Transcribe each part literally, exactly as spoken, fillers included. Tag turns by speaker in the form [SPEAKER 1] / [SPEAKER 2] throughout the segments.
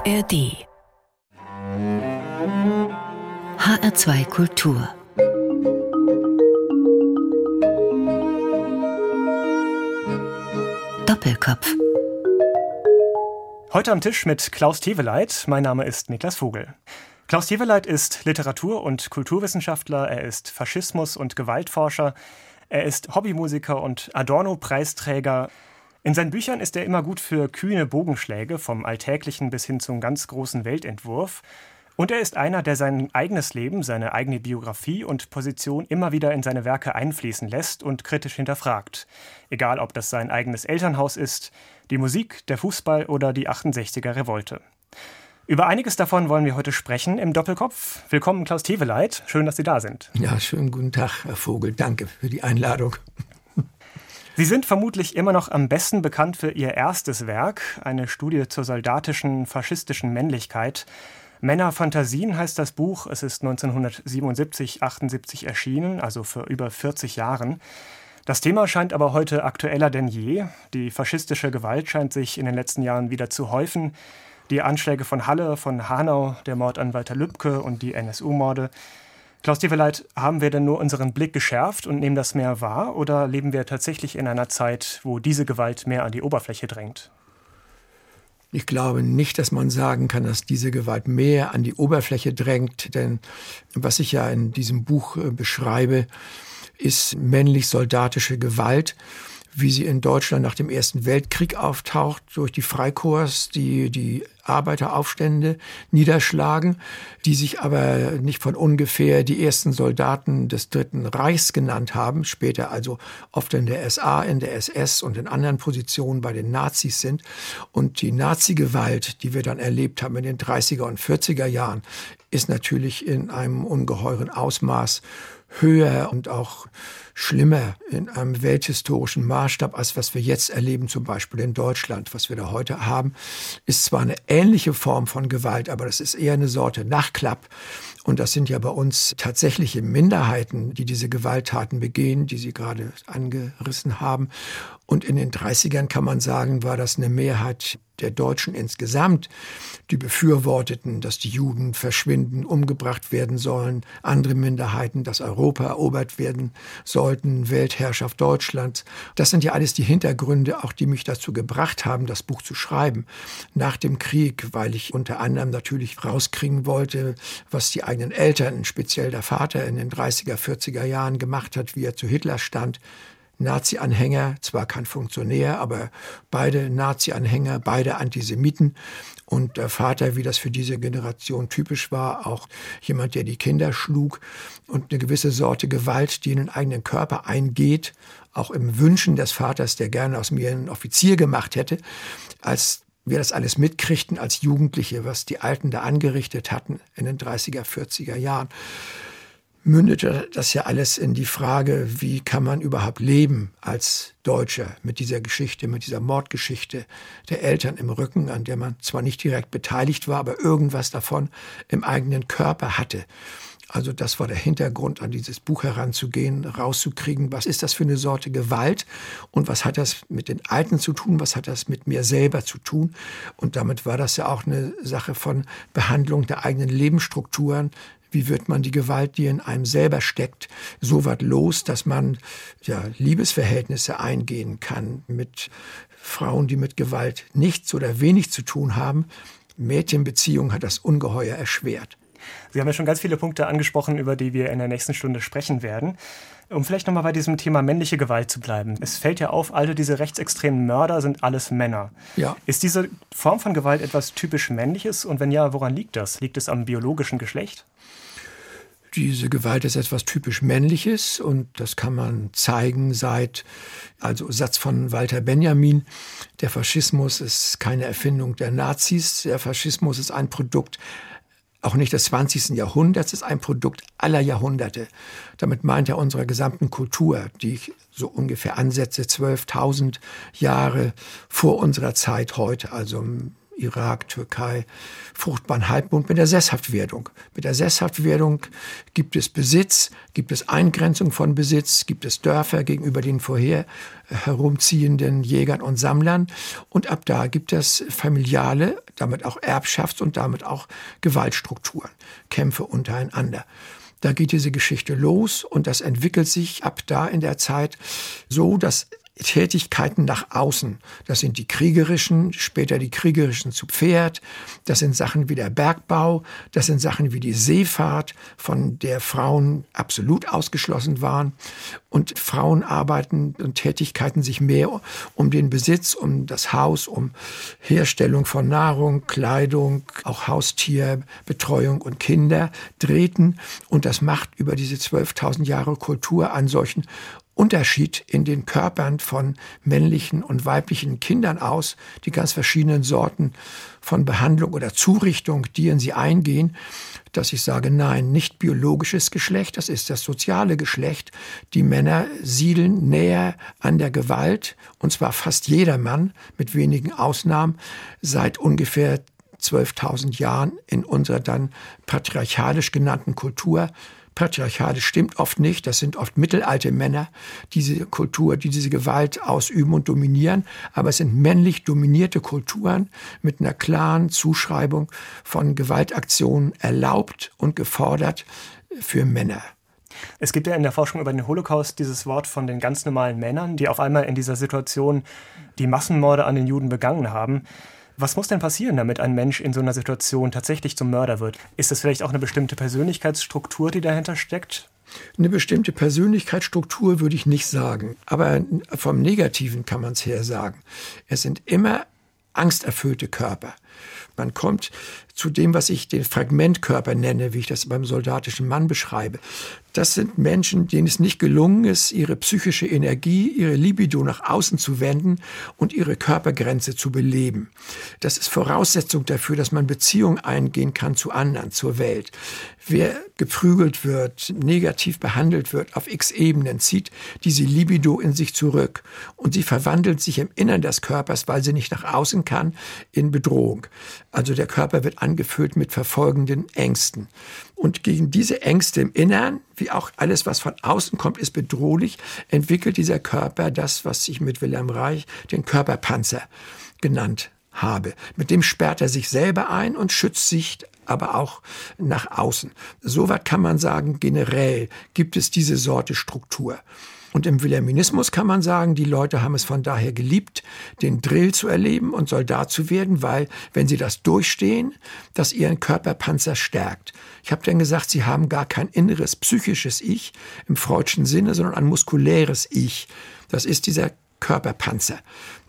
[SPEAKER 1] A R D H R zwei Kultur Doppelkopf.
[SPEAKER 2] Heute am Tisch mit Klaus Teveleit. Mein Name ist Niklas Vogel. Klaus Teveleit ist Literatur- und Kulturwissenschaftler, er ist Faschismus- und Gewaltforscher, er ist Hobbymusiker und Adorno-Preisträger. In seinen Büchern ist er immer gut für kühne Bogenschläge, vom Alltäglichen bis hin zum ganz großen Weltentwurf. Und er ist einer, der sein eigenes Leben, seine eigene Biografie und Position immer wieder in seine Werke einfließen lässt und kritisch hinterfragt. Egal, ob das sein eigenes Elternhaus ist, die Musik, der Fußball oder die achtundsechziger Revolte. Über einiges davon wollen wir heute sprechen im Doppelkopf. Willkommen, Klaus Teveleit. Schön, dass Sie da sind.
[SPEAKER 3] Ja, schönen guten Tag, Herr Vogel. Danke für die Einladung.
[SPEAKER 2] Sie sind vermutlich immer noch am besten bekannt für Ihr erstes Werk, eine Studie zur soldatischen, faschistischen Männlichkeit. Männerphantasien heißt das Buch. Es ist neunzehnhundertsiebenundsiebzig achtundsiebzig erschienen, also vor über vierzig Jahren. Das Thema scheint aber heute aktueller denn je. Die faschistische Gewalt scheint sich in den letzten Jahren wieder zu häufen. Die Anschläge von Halle, von Hanau, der Mord an Walter Lübcke und die N S U-Morde. Klaus Teveleit, haben wir denn nur unseren Blick geschärft und nehmen das mehr wahr? Oder leben wir tatsächlich in einer Zeit, wo diese Gewalt mehr an die Oberfläche drängt?
[SPEAKER 3] Ich glaube nicht, dass man sagen kann, dass diese Gewalt mehr an die Oberfläche drängt. Denn was ich ja in diesem Buch äh, beschreibe, ist männlich-soldatische Gewalt, wie sie in Deutschland nach dem Ersten Weltkrieg auftaucht, durch die Freikorps, die die Arbeiteraufstände niederschlagen, die sich aber nicht von ungefähr die ersten Soldaten des Dritten Reichs genannt haben, später also oft in der S A, in der S S und in anderen Positionen bei den Nazis sind. Und die Nazi-Gewalt, die wir dann erlebt haben in den dreißiger und vierziger Jahren, ist natürlich in einem ungeheuren Ausmaß höher und auch schlimmer in einem welthistorischen Maßstab, als was wir jetzt erleben, zum Beispiel in Deutschland. Was wir da heute haben, ist zwar eine ähnliche Form von Gewalt, aber das ist eher eine Sorte Nachklapp. Und das sind ja bei uns tatsächliche Minderheiten, die diese Gewalttaten begehen, die Sie gerade angerissen haben. Und in den dreißigern kann man sagen, war das eine Mehrheit der Deutschen insgesamt, die befürworteten, dass die Juden verschwinden, umgebracht werden sollen, andere Minderheiten, dass Europa erobert werden sollten, Weltherrschaft Deutschlands. Das sind ja alles die Hintergründe, auch die mich dazu gebracht haben, das Buch zu schreiben. Nach dem Krieg, weil ich unter anderem natürlich rauskriegen wollte, was die eigenen Eltern, speziell der Vater in den dreißiger, vierziger Jahren gemacht hat, wie er zu Hitler stand. Nazi-Anhänger, zwar kein Funktionär, aber beide Nazi-Anhänger, beide Antisemiten. Und der Vater, wie das für diese Generation typisch war, auch jemand, der die Kinder schlug. Und eine gewisse Sorte Gewalt, die in den eigenen Körper eingeht, auch im Wünschen des Vaters, der gerne aus mir einen Offizier gemacht hätte. Als wir das alles mitkriegten als Jugendliche, was die Alten da angerichtet hatten in den dreißiger, vierziger Jahren, mündete das ja alles in die Frage, wie kann man überhaupt leben als Deutscher mit dieser Geschichte, mit dieser Mordgeschichte der Eltern im Rücken, an der man zwar nicht direkt beteiligt war, aber irgendwas davon im eigenen Körper hatte. Also das war der Hintergrund, an dieses Buch heranzugehen, rauszukriegen, was ist das für eine Sorte Gewalt und was hat das mit den Alten zu tun, was hat das mit mir selber zu tun. Und damit war das ja auch eine Sache von Behandlung der eigenen Lebensstrukturen. Wie wird man die Gewalt, die in einem selber steckt, so weit los, dass man ja, Liebesverhältnisse eingehen kann mit Frauen, die mit Gewalt nichts oder wenig zu tun haben. Mädchenbeziehung hat das ungeheuer erschwert.
[SPEAKER 2] Sie haben ja schon ganz viele Punkte angesprochen, über die wir in der nächsten Stunde sprechen werden. Um vielleicht nochmal bei diesem Thema männliche Gewalt zu bleiben. Es fällt ja auf, alle diese rechtsextremen Mörder sind alles Männer.
[SPEAKER 3] Ja.
[SPEAKER 2] Ist diese Form von Gewalt etwas typisch Männliches? Und wenn ja, woran liegt das? Liegt es am biologischen Geschlecht?
[SPEAKER 3] Diese Gewalt ist etwas typisch Männliches und das kann man zeigen seit, also Satz von Walter Benjamin, der Faschismus ist keine Erfindung der Nazis, der Faschismus ist ein Produkt auch nicht des zwanzigsten Jahrhunderts, ist ein Produkt aller Jahrhunderte. Damit meint er unserer gesamten Kultur, die ich so ungefähr ansetze, zwölftausend Jahre vor unserer Zeit heute, also Irak, Türkei, fruchtbaren Halbmond mit der Sesshaftwerdung. Mit der Sesshaftwerdung gibt es Besitz, gibt es Eingrenzung von Besitz, gibt es Dörfer gegenüber den vorher herumziehenden Jägern und Sammlern. Und ab da gibt es familiale, damit auch Erbschafts- und damit auch Gewaltstrukturen, Kämpfe untereinander. Da geht diese Geschichte los und das entwickelt sich ab da in der Zeit so, dass Tätigkeiten nach außen, das sind die kriegerischen, später die kriegerischen zu Pferd, das sind Sachen wie der Bergbau, das sind Sachen wie die Seefahrt, von der Frauen absolut ausgeschlossen waren. Und Frauenarbeiten und Tätigkeiten sich mehr um den Besitz, um das Haus, um Herstellung von Nahrung, Kleidung, auch Haustierbetreuung und Kinder drehten. Und das macht über diese zwölftausend Jahre Kultur einen solchen Unterschied in den Körpern von männlichen und weiblichen Kindern aus, die ganz verschiedenen Sorten von Behandlung oder Zurichtung, die in sie eingehen, dass ich sage, nein, nicht biologisches Geschlecht, das ist das soziale Geschlecht. Die Männer siedeln näher an der Gewalt, und zwar fast jeder Mann, mit wenigen Ausnahmen, seit ungefähr zwölftausend Jahren in unserer dann patriarchalisch genannten Kultur. Patriarchalisch stimmt oft nicht, das sind oft mittelalte Männer, diese Kultur, die diese Gewalt ausüben und dominieren, aber es sind männlich dominierte Kulturen mit einer klaren Zuschreibung von Gewaltaktionen erlaubt und gefordert für Männer.
[SPEAKER 2] Es gibt ja in der Forschung über den Holocaust dieses Wort von den ganz normalen Männern, die auf einmal in dieser Situation die Massenmorde an den Juden begangen haben. Was muss denn passieren, damit ein Mensch in so einer Situation tatsächlich zum Mörder wird? Ist das vielleicht auch eine bestimmte Persönlichkeitsstruktur, die dahinter steckt?
[SPEAKER 3] Eine bestimmte Persönlichkeitsstruktur würde ich nicht sagen. Aber vom Negativen kann man es her sagen. Es sind immer angsterfüllte Körper. Man kommt zu dem, was ich den Fragmentkörper nenne, wie ich das beim soldatischen Mann beschreibe. Das sind Menschen, denen es nicht gelungen ist, ihre psychische Energie, ihre Libido nach außen zu wenden und ihre Körpergrenze zu beleben. Das ist Voraussetzung dafür, dass man Beziehungen eingehen kann zu anderen, zur Welt. Wer geprügelt wird, negativ behandelt wird auf x Ebenen, zieht diese Libido in sich zurück. Und sie verwandelt sich im Innern des Körpers, weil sie nicht nach außen kann, in Bedrohung. Also der Körper wird angefüllt mit verfolgenden Ängsten. Und gegen diese Ängste im Innern, wie auch alles, was von außen kommt, ist bedrohlich, entwickelt dieser Körper das, was ich mit Wilhelm Reich den Körperpanzer genannt habe. Mit dem sperrt er sich selber ein und schützt sich aber auch nach außen. Soweit kann man sagen, generell gibt es diese Sorte Struktur. Und im Wilhelminismus kann man sagen, die Leute haben es von daher geliebt, den Drill zu erleben und Soldat zu werden, weil, wenn sie das durchstehen, das ihren Körperpanzer stärkt. Ich habe dann gesagt, sie haben gar kein inneres psychisches Ich im freudschen Sinne, sondern ein muskuläres Ich. Das ist dieser Körperpanzer.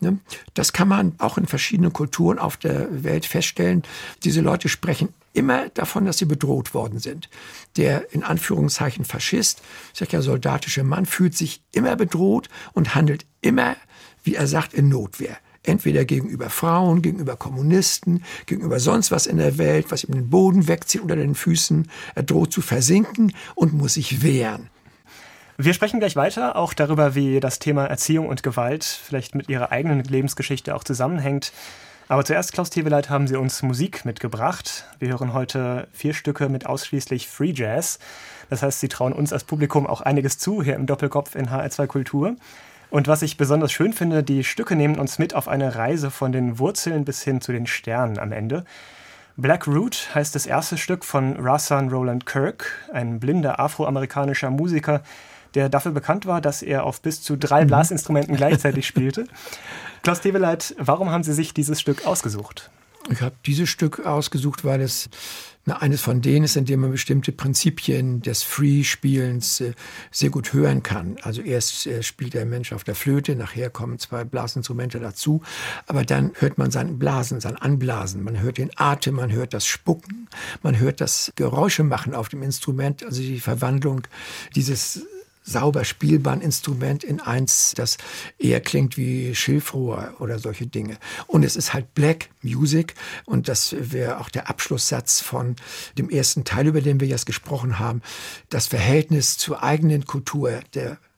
[SPEAKER 3] Das kann man auch in verschiedenen Kulturen auf der Welt feststellen. Diese Leute sprechen immer davon, dass sie bedroht worden sind. Der in Anführungszeichen Faschist, ich sage ja soldatische Mann, fühlt sich immer bedroht und handelt immer, wie er sagt, in Notwehr. Entweder gegenüber Frauen, gegenüber Kommunisten, gegenüber sonst was in der Welt, was ihm den Boden wegzieht unter den Füßen. Er droht zu versinken und muss sich wehren.
[SPEAKER 2] Wir sprechen gleich weiter, auch darüber, wie das Thema Erziehung und Gewalt vielleicht mit ihrer eigenen Lebensgeschichte auch zusammenhängt. Aber zuerst, Klaus Teweleit, haben Sie uns Musik mitgebracht. Wir hören heute vier Stücke mit ausschließlich Free Jazz. Das heißt, Sie trauen uns als Publikum auch einiges zu hier im Doppelkopf in H R zwei Kultur. Und was ich besonders schön finde, die Stücke nehmen uns mit auf eine Reise von den Wurzeln bis hin zu den Sternen am Ende. Black Root heißt das erste Stück von Rahsaan Roland Kirk, ein blinder afroamerikanischer Musiker, der dafür bekannt war, dass er auf bis zu drei Blasinstrumenten gleichzeitig spielte. Klaus Teweleit, warum haben Sie sich dieses Stück ausgesucht?
[SPEAKER 3] Ich habe dieses Stück ausgesucht, weil es na, eines von denen ist, in dem man bestimmte Prinzipien des Free-Spielens äh, sehr gut hören kann. Also erst äh, spielt der Mensch auf der Flöte, nachher kommen zwei Blasinstrumente dazu, aber dann hört man sein Blasen, sein Anblasen, man hört den Atem, man hört das Spucken, man hört das Geräusche machen auf dem Instrument, also die Verwandlung dieses sauber spielbaren Instrument in eins, das eher klingt wie Schilfrohr oder solche Dinge. Und es ist halt Black Music und das wäre auch der Abschlusssatz von dem ersten Teil, über den wir jetzt gesprochen haben. Das Verhältnis zur eigenen Kultur, der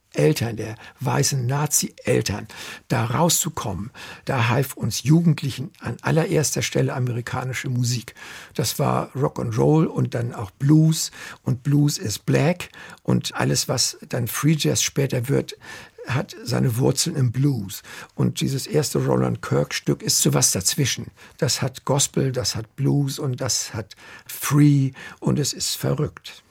[SPEAKER 3] Eltern, der weißen Nazi-Eltern, da rauszukommen, da half uns Jugendlichen an allererster Stelle amerikanische Musik. Das war Rock'n'Roll und dann auch Blues, und Blues ist Black, und alles, was dann Free Jazz später wird, hat seine Wurzeln im Blues. Und dieses erste Roland Kirk-Stück ist so was dazwischen. Das hat Gospel, das hat Blues und das hat Free, und es ist verrückt.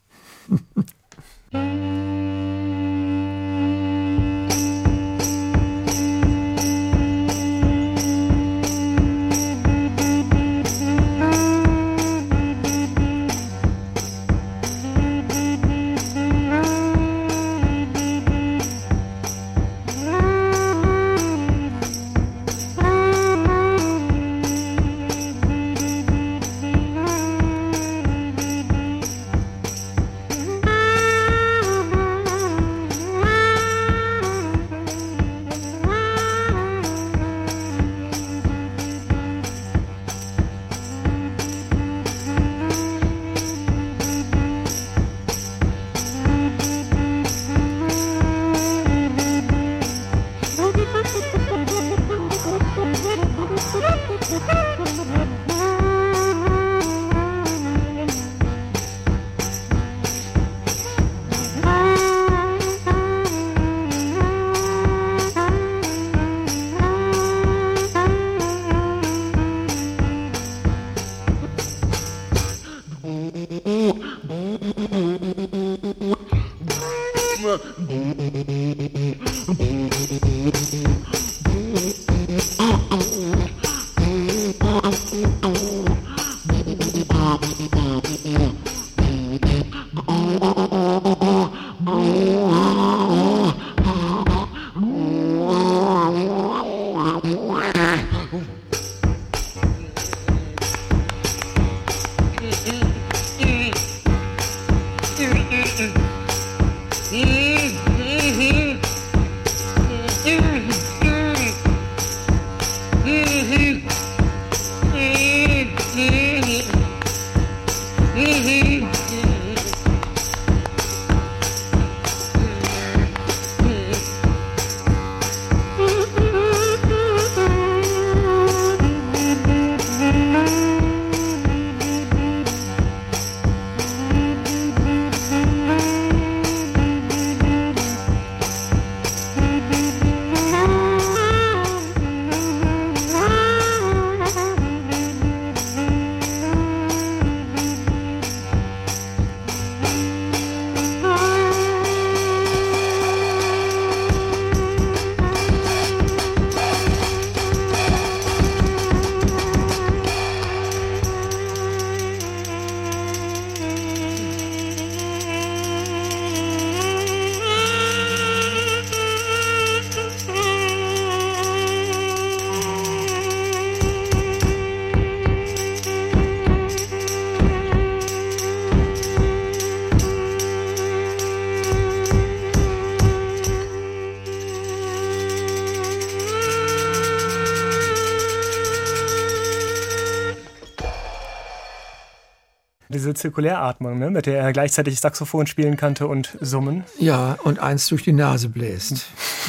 [SPEAKER 2] Diese Zirkuläratmung, ne, mit der er gleichzeitig Saxophon spielen konnte und summen.
[SPEAKER 3] Ja, und eins durch die Nase bläst.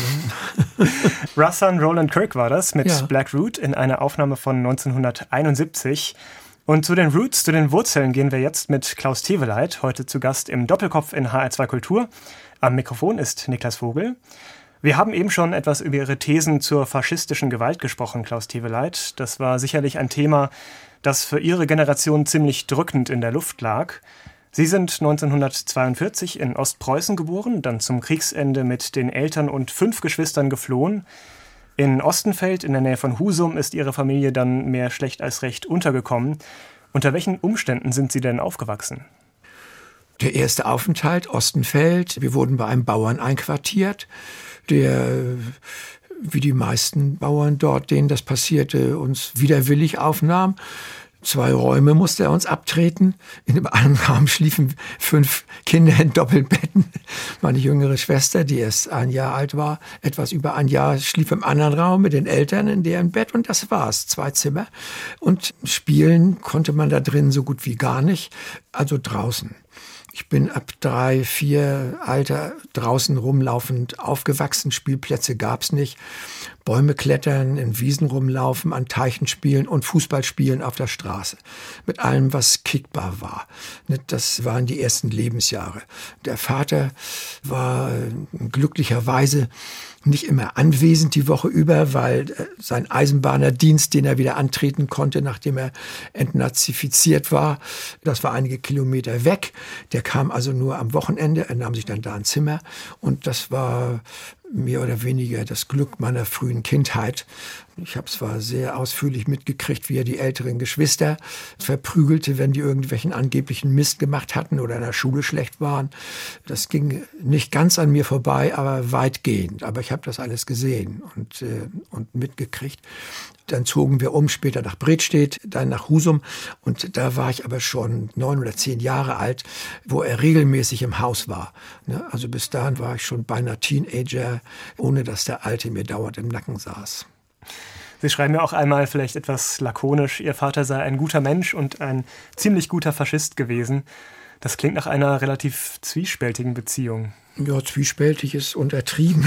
[SPEAKER 2] Rahsaan Roland Kirk war das mit
[SPEAKER 3] ja.
[SPEAKER 2] Black Root in einer Aufnahme von neunzehnhunderteinundsiebzig. Und zu den Roots, zu den Wurzeln gehen wir jetzt mit Klaus Teveleit, heute zu Gast im Doppelkopf in H R zwei Kultur. Am Mikrofon ist Niklas Vogel. Wir haben eben schon etwas über Ihre Thesen zur faschistischen Gewalt gesprochen, Klaus Teveleit. Das war sicherlich ein Thema, das für Ihre Generation ziemlich drückend in der Luft lag. Sie sind neunzehnhundertzweiundvierzig in Ostpreußen geboren, dann zum Kriegsende mit den Eltern und fünf Geschwistern geflohen. In Ostenfeld in der Nähe von Husum ist Ihre Familie dann mehr schlecht als recht untergekommen. Unter welchen Umständen sind Sie denn aufgewachsen?
[SPEAKER 3] Der erste Aufenthalt, Ostenfeld. Wir wurden bei einem Bauern einquartiert, der, wie die meisten Bauern dort, denen das passierte, uns widerwillig aufnahm. Zwei Räume musste er uns abtreten. In dem einen Raum schliefen fünf Kinder in Doppelbetten. Meine jüngere Schwester, die erst ein Jahr alt war, etwas über ein Jahr, schlief im anderen Raum mit den Eltern in deren Bett, und das war's. Zwei Zimmer. Und spielen konnte man da drin so gut wie gar nicht, also draußen. Ich bin ab drei, vier Alter draußen rumlaufend aufgewachsen. Spielplätze gab's nicht. Bäume klettern, in Wiesen rumlaufen, an Teichen spielen und Fußball spielen auf der Straße. Mit allem, was kickbar war. Das waren die ersten Lebensjahre. Der Vater war glücklicherweise nicht immer anwesend die Woche über, weil sein Eisenbahnerdienst, den er wieder antreten konnte, nachdem er entnazifiziert war, das war einige Kilometer weg. Der kam also nur am Wochenende, er nahm sich dann da ein Zimmer und das war mehr oder weniger das Glück meiner frühen Kindheit. Ich habe zwar sehr ausführlich mitgekriegt, wie er die älteren Geschwister verprügelte, wenn die irgendwelchen angeblichen Mist gemacht hatten oder in der Schule schlecht waren. Das ging nicht ganz an mir vorbei, aber weitgehend. Aber ich habe das alles gesehen und, äh, und mitgekriegt. Dann zogen wir um, später nach Bredstedt, dann nach Husum. Und da war ich aber schon neun oder zehn Jahre alt, wo er regelmäßig im Haus war. Also bis dahin war ich schon beinahe Teenager, ohne dass der Alte mir dauernd im Nacken saß.
[SPEAKER 2] Sie schreiben ja auch einmal vielleicht etwas lakonisch, Ihr Vater sei ein guter Mensch und ein ziemlich guter Faschist gewesen. Das klingt nach einer relativ zwiespältigen Beziehung.
[SPEAKER 3] Ja, zwiespältig ist untertrieben.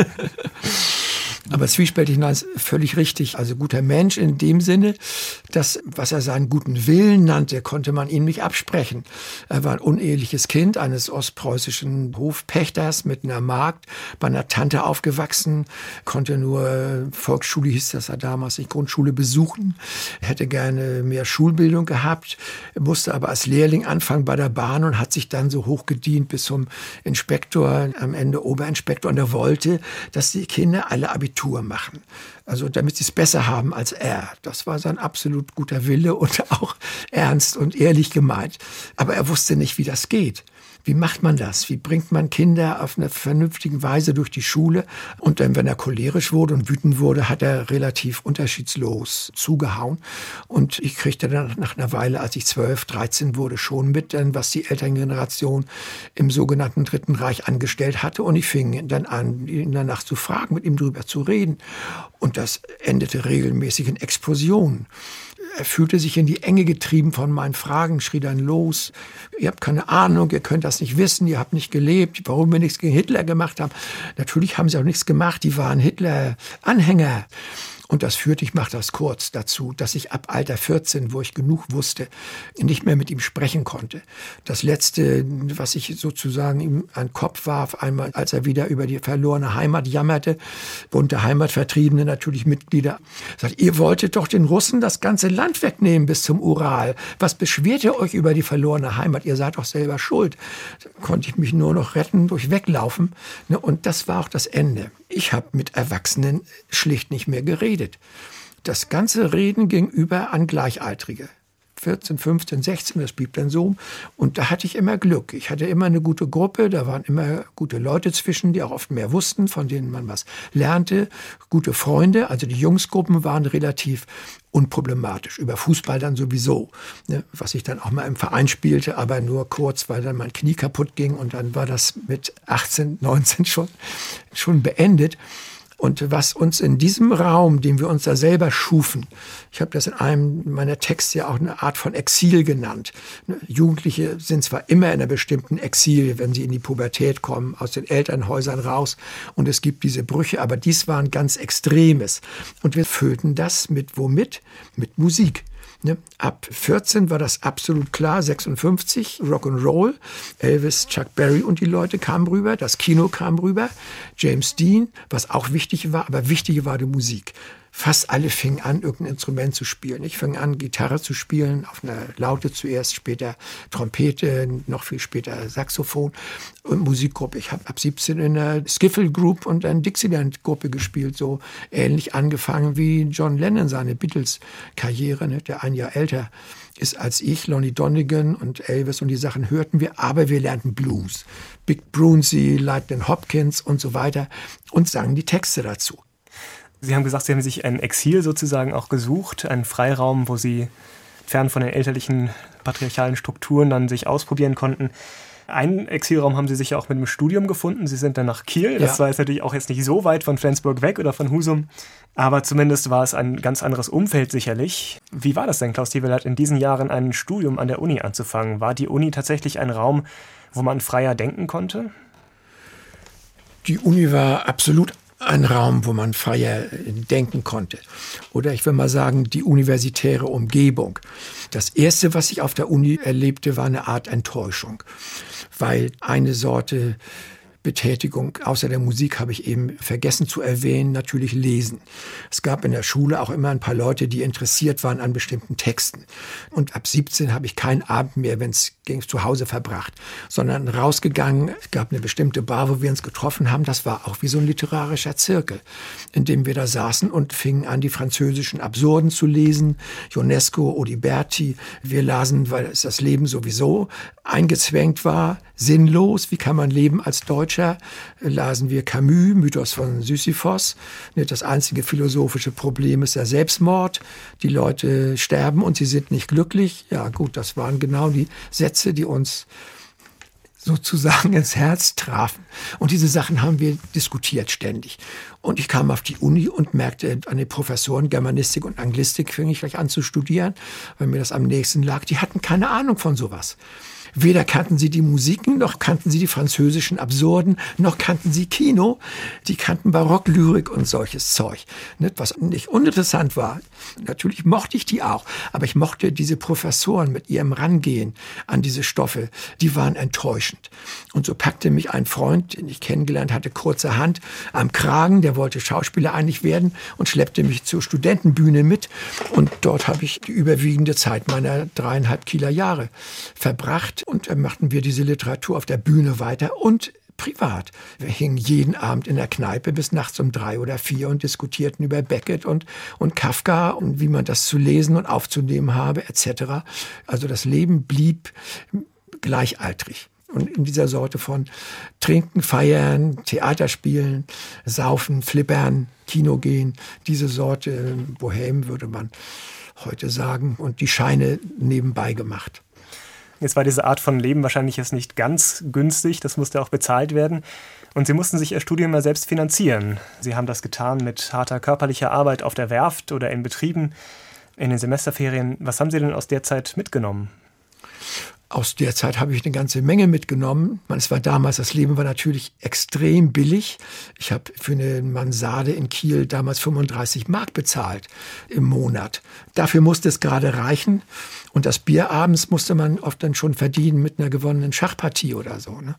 [SPEAKER 3] Aber zwiespältig, nein, ist völlig richtig. Also guter Mensch in dem Sinne, dass, was er seinen guten Willen nannte, konnte man ihm nicht absprechen. Er war ein uneheliches Kind eines ostpreußischen Hofpächters mit einer Magd, bei einer Tante aufgewachsen, konnte nur Volksschule, hieß das ja damals, nicht Grundschule besuchen, hätte gerne mehr Schulbildung gehabt, musste aber als Lehrling anfangen bei der Bahn und hat sich dann so hochgedient bis zum Inspektor, am Ende Oberinspektor. Und er wollte, dass die Kinder alle Abitur machen. Also damit sie es besser haben als er. Das war sein absolut guter Wille und auch ernst und ehrlich gemeint. Aber er wusste nicht, wie das geht. Wie macht man das? Wie bringt man Kinder auf eine vernünftige Weise durch die Schule? Und dann, wenn er cholerisch wurde und wütend wurde, hat er relativ unterschiedslos zugehauen. Und ich kriegte dann nach einer Weile, als ich zwölf, dreizehn wurde, schon mit, dann, was die Elterngeneration im sogenannten Dritten Reich angestellt hatte. Und ich fing dann an, ihn danach zu fragen, mit ihm drüber zu reden. Und das endete regelmäßig in Explosionen. Er fühlte sich in die Enge getrieben von meinen Fragen, schrie dann los. Ihr habt keine Ahnung, ihr könnt das nicht wissen, ihr habt nicht gelebt, warum wir nichts gegen Hitler gemacht haben. Natürlich haben sie auch nichts gemacht, die waren Hitler-Anhänger. Und das führte, ich mache das kurz, dazu, dass ich ab Alter vierzehn, wo ich genug wusste, nicht mehr mit ihm sprechen konnte. Das Letzte, was ich sozusagen ihm an den Kopf warf, einmal, als er wieder über die verlorene Heimat jammerte, bunte Heimatvertriebene, natürlich Mitglieder, sagt, ihr wolltet doch den Russen das ganze Land wegnehmen bis zum Ural. Was beschwert ihr euch über die verlorene Heimat? Ihr seid doch selber schuld. Da konnte ich mich nur noch retten durch Weglaufen. Und das war auch das Ende. Ich habe mit Erwachsenen schlicht nicht mehr geredet. Das ganze Reden ging über an Gleichaltrige. vierzehn, fünfzehn, sechzehn, das blieb dann so. Und da hatte ich immer Glück. Ich hatte immer eine gute Gruppe, da waren immer gute Leute zwischen, die auch oft mehr wussten, von denen man was lernte. Gute Freunde, also die Jungsgruppen waren relativ unproblematisch. Über Fußball dann sowieso, ne, was ich dann auch mal im Verein spielte, aber nur kurz, weil dann mein Knie kaputt ging und dann war das mit achtzehn, neunzehn schon, schon beendet. Und was uns in diesem Raum, den wir uns da selber schufen, ich habe das in einem meiner Texte ja auch eine Art von Exil genannt. Jugendliche sind zwar immer in einer bestimmten Exil, wenn sie in die Pubertät kommen, aus den Elternhäusern raus und es gibt diese Brüche, aber dies war ein ganz Extremes. Und wir füllten das mit womit? Mit Musik. Ab vierzehn war das absolut klar, sechsundfünfzig, Rock'n'Roll, Elvis, Chuck Berry und die Leute kamen rüber, das Kino kam rüber, James Dean, was auch wichtig war, aber wichtig war die Musik. Fast alle fingen an, irgendein Instrument zu spielen. Ich fing an, Gitarre zu spielen, auf einer Laute zuerst, später Trompete, noch viel später Saxophon und Musikgruppe. Ich habe ab siebzehn in einer Skiffle Group und einer Dixieland-Gruppe gespielt, so ähnlich angefangen wie John Lennon seine Beatles-Karriere, ne, der ein Jahr älter ist als ich. Lonnie Donegan und Elvis und die Sachen hörten wir, aber wir lernten Blues. Big Brunsey, Lightning Hopkins und so weiter und sangen die Texte dazu.
[SPEAKER 2] Sie haben gesagt, Sie haben sich ein Exil sozusagen auch gesucht, einen Freiraum, wo Sie fern von den elterlichen patriarchalen Strukturen dann sich ausprobieren konnten. Einen Exilraum haben Sie sich ja auch mit dem Studium gefunden. Sie sind dann nach Kiel. Das ja. war jetzt natürlich auch jetzt nicht so weit von Flensburg weg oder von Husum. Aber zumindest war es ein ganz anderes Umfeld sicherlich. Wie war das denn, Klaus Teweleit, in diesen Jahren ein Studium an der Uni anzufangen? War die Uni tatsächlich ein Raum, wo man freier denken konnte?
[SPEAKER 3] Die Uni war absolut ein Raum, wo man freier denken konnte. Oder ich will mal sagen, die universitäre Umgebung. Das Erste, was ich auf der Uni erlebte, war eine Art Enttäuschung, weil eine Sorte Betätigung außer der Musik habe ich eben vergessen zu erwähnen, natürlich Lesen. Es gab in der Schule auch immer ein paar Leute, die interessiert waren an bestimmten Texten. Und ab siebzehn habe ich keinen Abend mehr, wenn es ging, zu Hause verbracht, sondern rausgegangen. Es gab eine bestimmte Bar, wo wir uns getroffen haben. Das war auch wie so ein literarischer Zirkel, in dem wir da saßen und fingen an, die französischen Absurden zu lesen. Ionesco, Odiberti. Wir lasen, weil es das Leben sowieso eingezwängt war, sinnlos. Wie kann man leben als Deutscher? Lasen wir Camus, Mythos von Sisyphos. Das einzige philosophische Problem ist der Selbstmord. Die Leute sterben und sie sind nicht glücklich. Ja gut, das waren genau die Sätze, die uns sozusagen ins Herz trafen. Und diese Sachen haben wir diskutiert ständig. Und ich kam auf die Uni und merkte an den Professoren Germanistik und Anglistik, fing ich gleich an zu studieren, weil mir das am nächsten lag. Die hatten keine Ahnung von sowas. Weder kannten sie die Musiken, noch kannten sie die französischen Absurden, noch kannten sie Kino. Die kannten Barocklyrik und solches Zeug. Was nicht uninteressant war. Natürlich mochte ich die auch. Aber ich mochte diese Professoren mit ihrem Rangehen an diese Stoffe. Die waren enttäuschend. Und so packte mich ein Freund, den ich kennengelernt hatte, kurzerhand am Kragen. Der wollte Schauspieler eigentlich werden und schleppte mich zur Studentenbühne mit. Und dort habe ich die überwiegende Zeit meiner dreieinhalb Kieler Jahre verbracht. Und dann machten wir diese Literatur auf der Bühne weiter und privat. Wir hingen jeden Abend in der Kneipe bis nachts um drei oder vier und diskutierten über Beckett und, und Kafka und wie man das zu lesen und aufzunehmen habe, et cetera. Also das Leben blieb gleichaltrig. Und in dieser Sorte von Trinken, Feiern, Theater spielen, Saufen, Flippern, Kino gehen, diese Sorte Bohème würde man heute sagen und die Scheine nebenbei gemacht.
[SPEAKER 2] Jetzt war diese Art von Leben wahrscheinlich jetzt nicht ganz günstig, das musste auch bezahlt werden. Und Sie mussten sich Ihr Studium mal selbst finanzieren. Sie haben das getan mit harter körperlicher Arbeit auf der Werft oder in Betrieben, in den Semesterferien. Was haben Sie denn aus der Zeit mitgenommen?
[SPEAKER 3] Aus der Zeit habe ich eine ganze Menge mitgenommen. Es war damals, das Leben war natürlich extrem billig. Ich habe für eine Mansarde in Kiel damals fünfunddreißig Mark bezahlt im Monat. Dafür musste es gerade reichen. Und das Bier abends musste man oft dann schon verdienen mit einer gewonnenen Schachpartie oder so. Ne?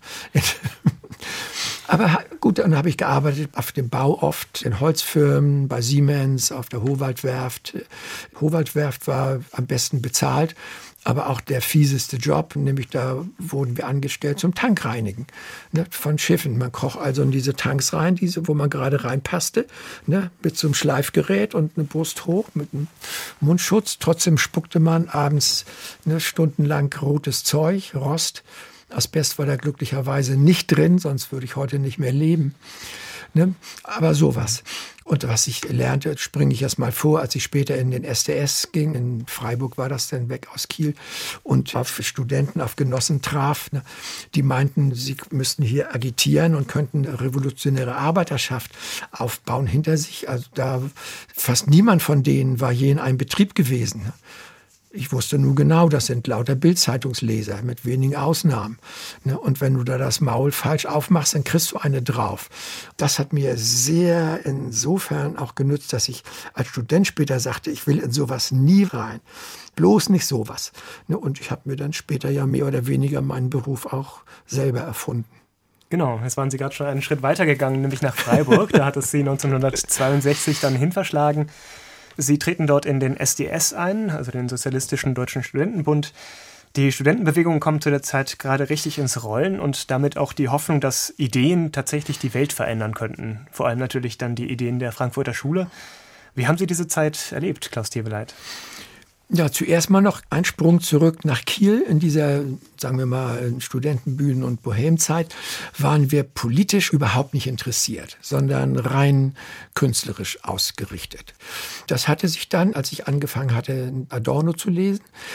[SPEAKER 3] Aber gut, dann habe ich gearbeitet auf dem Bau oft, in Holzfirmen, bei Siemens, auf der Howald-Werft. Howald-Werft war am besten bezahlt. Aber auch der fieseste Job, nämlich da wurden wir angestellt zum Tankreinigen, ne, von Schiffen. Man kroch also in diese Tanks rein, diese, wo man gerade reinpasste, ne, mit so einem Schleifgerät und eine Brust hoch mit einem Mundschutz. Trotzdem spuckte man abends ne, stundenlang rotes Zeug, Rost. Asbest war da glücklicherweise nicht drin, sonst würde ich heute nicht mehr leben. Ne? Aber sowas. Und was ich lernte, springe ich erst mal vor, als ich später in den S D S ging, in Freiburg war das dann weg aus Kiel, und auf Studenten, auf Genossen traf, ne, die meinten, sie müssten hier agitieren und könnten eine revolutionäre Arbeiterschaft aufbauen hinter sich. Also da fast niemand von denen war je in einem Betrieb gewesen. Ne. Ich wusste nur genau, das sind lauter Bild-Zeitungsleser, mit wenigen Ausnahmen. Und wenn du da das Maul falsch aufmachst, dann kriegst du eine drauf. Das hat mir sehr insofern auch genützt, dass ich als Student später sagte, ich will in sowas nie rein. Bloß nicht sowas. Und ich habe mir dann später ja mehr oder weniger meinen Beruf auch selber erfunden.
[SPEAKER 2] Genau, jetzt waren Sie gerade schon einen Schritt weitergegangen, nämlich nach Freiburg. Da hat es Sie neunzehnhundertzweiundsechzig dann hinverschlagen. Sie treten dort in den S D S ein, also den Sozialistischen Deutschen Studentenbund. Die Studentenbewegung kommt zu der Zeit gerade richtig ins Rollen und damit auch die Hoffnung, dass Ideen tatsächlich die Welt verändern könnten. Vor allem natürlich dann die Ideen der Frankfurter Schule. Wie haben Sie diese Zeit erlebt, Klaus Teweleit?
[SPEAKER 3] Ja, zuerst mal noch ein Sprung zurück nach Kiel. In dieser, sagen wir mal, Studentenbühnen- und Bohemzeit waren wir politisch überhaupt nicht interessiert, sondern rein künstlerisch ausgerichtet. Das hatte sich dann, als ich angefangen hatte, Adorno zu lesen,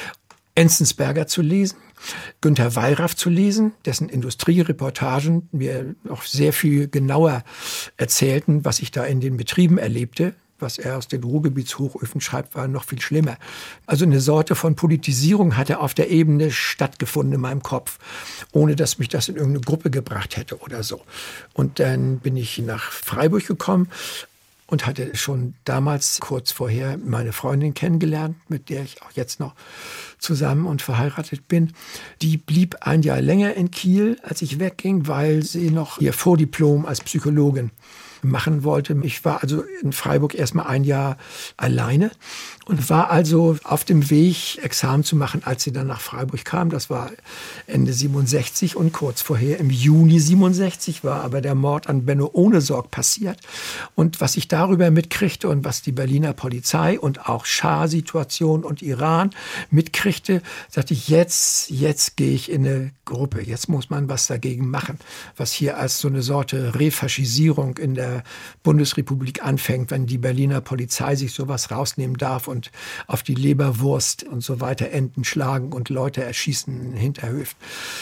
[SPEAKER 3] Enzensberger zu lesen, Günter Wallraff zu lesen, dessen Industriereportagen mir auch sehr viel genauer erzählten, was ich da in den Betrieben erlebte. Was er aus den Ruhrgebietshochöfen schreibt, war noch viel schlimmer. Also eine Sorte von Politisierung hatte auf der Ebene stattgefunden in meinem Kopf, ohne dass mich das in irgendeine Gruppe gebracht hätte oder so. Und dann bin ich nach Freiburg gekommen und hatte schon damals kurz vorher meine Freundin kennengelernt, mit der ich auch jetzt noch zusammen und verheiratet bin. Die blieb ein Jahr länger in Kiel, als ich wegging, weil sie noch ihr Vordiplom als Psychologin machen wollte. Ich war also in Freiburg erstmal ein Jahr alleine und war also auf dem Weg, Examen zu machen, als sie dann nach Freiburg kam. Das war Ende siebenundsechzig und kurz vorher im Juni siebenundsechzig war aber der Mord an Benno Ohnesorg passiert. Und was ich darüber mitkriegte und was die Berliner Polizei und auch Schah-Situation und Iran mitkriegte, sagte ich, jetzt, jetzt gehe ich in eine Gruppe. Jetzt muss man was dagegen machen, was hier als so eine Sorte Refaschisierung in der Bundesrepublik anfängt, wenn die Berliner Polizei sich sowas rausnehmen darf und auf die Leberwurst und so weiter Enten schlagen und Leute erschießen in Hinterhöfen.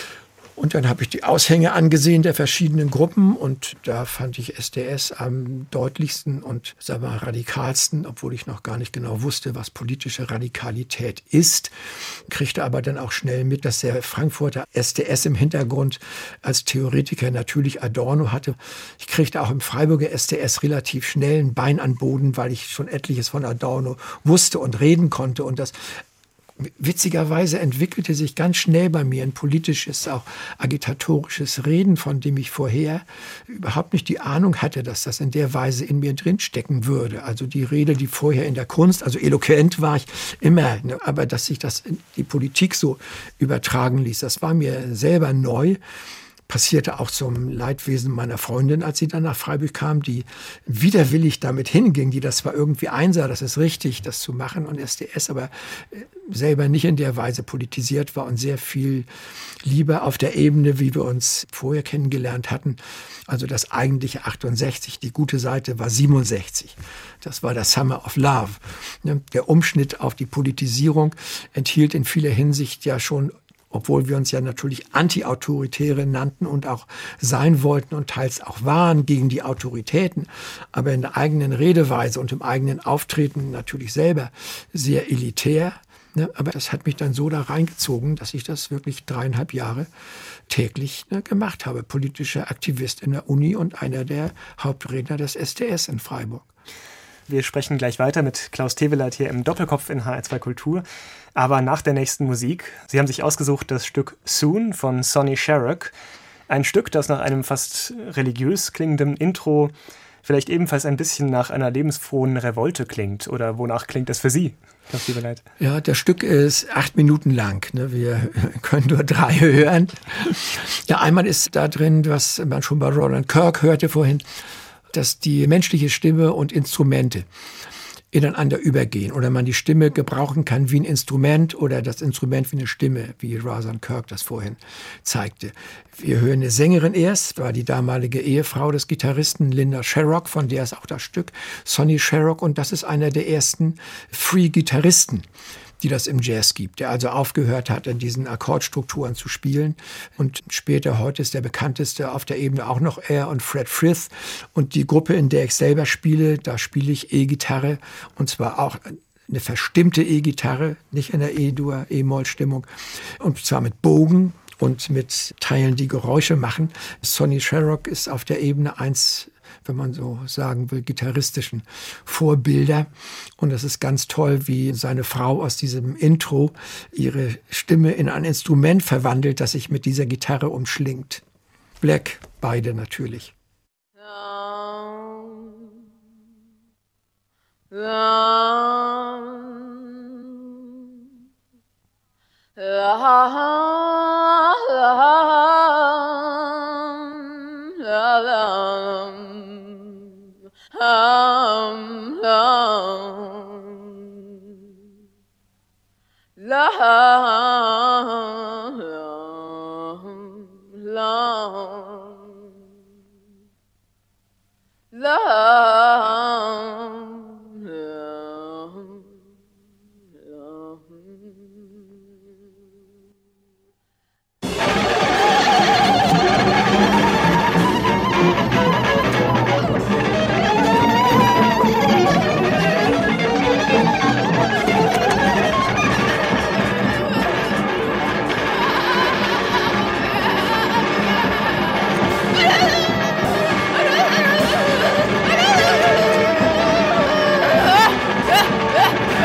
[SPEAKER 3] Und dann habe ich die Aushänge angesehen der verschiedenen Gruppen und da fand ich S D S am deutlichsten und sag mal, radikalsten, obwohl ich noch gar nicht genau wusste, was politische Radikalität ist. Kriegte aber dann auch schnell mit, dass der Frankfurter S D S im Hintergrund als Theoretiker natürlich Adorno hatte. Ich kriegte auch im Freiburger S D S relativ schnell ein Bein an Boden, weil ich schon etliches von Adorno wusste und reden konnte und das witzigerweise entwickelte sich ganz schnell bei mir ein politisches, auch agitatorisches Reden, von dem ich vorher überhaupt nicht die Ahnung hatte, dass das in der Weise in mir drinstecken würde. Also die Rede, die vorher in der Kunst, also eloquent war ich immer, ne, aber dass sich das in die Politik so übertragen ließ, das war mir selber neu. Passierte auch zum Leidwesen meiner Freundin, als sie dann nach Freiburg kam, die widerwillig damit hinging, die das zwar irgendwie einsah, das ist richtig, das zu machen und S D S, aber selber nicht in der Weise politisiert war und sehr viel lieber auf der Ebene, wie wir uns vorher kennengelernt hatten. Also das eigentliche achtundsechzig, die gute Seite war siebenundsechzig. Das war das Summer of Love. Der Umschnitt auf die Politisierung enthielt in vieler Hinsicht ja schon, obwohl wir uns ja natürlich Anti-Autoritäre nannten und auch sein wollten und teils auch waren gegen die Autoritäten, aber in der eigenen Redeweise und im eigenen Auftreten natürlich selber sehr elitär. Ne? Aber das hat mich dann so da reingezogen, dass ich das wirklich dreieinhalb Jahre täglich ne, gemacht habe. Politischer Aktivist in der Uni und einer der Hauptredner des S D S in Freiburg.
[SPEAKER 2] Wir sprechen gleich weiter mit Klaus Teweleit hier im Doppelkopf in H R zwei Kultur. Aber nach der nächsten Musik. Sie haben sich ausgesucht das Stück Soon von Sonny Sharrock. Ein Stück, das nach einem fast religiös klingenden Intro vielleicht ebenfalls ein bisschen nach einer lebensfrohen Revolte klingt. Oder wonach klingt das für Sie, Klaus Teweleit?
[SPEAKER 3] Ja, das Stück ist acht Minuten lang. Ne? Wir können nur drei hören. Ja, einmal ist da drin, was man schon bei Roland Kirk hörte vorhin, dass die menschliche Stimme und Instrumente ineinander übergehen oder man die Stimme gebrauchen kann wie ein Instrument oder das Instrument wie eine Stimme, wie Roland Kirk das vorhin zeigte. Wir hören eine Sängerin erst, war die damalige Ehefrau des Gitarristen Linda Sharrock, von der ist auch das Stück, Sonny Sharrock, und das ist einer der ersten Free-Gitarristen, die das im Jazz gibt, der also aufgehört hat, in diesen Akkordstrukturen zu spielen. Und später, heute ist der bekannteste auf der Ebene auch noch er und Fred Frith. Und die Gruppe, in der ich selber spiele, da spiele ich E-Gitarre, und zwar auch eine verstimmte E-Gitarre, nicht in der E-Dur, E-Moll-Stimmung, und zwar mit Bogen und mit Teilen, die Geräusche machen. Sonny Sharrock ist auf der Ebene eins, wenn man so sagen will, gitarristischen Vorbilder. Und es ist ganz toll, wie seine Frau aus diesem Intro ihre Stimme in ein Instrument verwandelt, das sich mit dieser Gitarre umschlingt. Black, beide natürlich.
[SPEAKER 4] Um, long, long, long, long, long, long.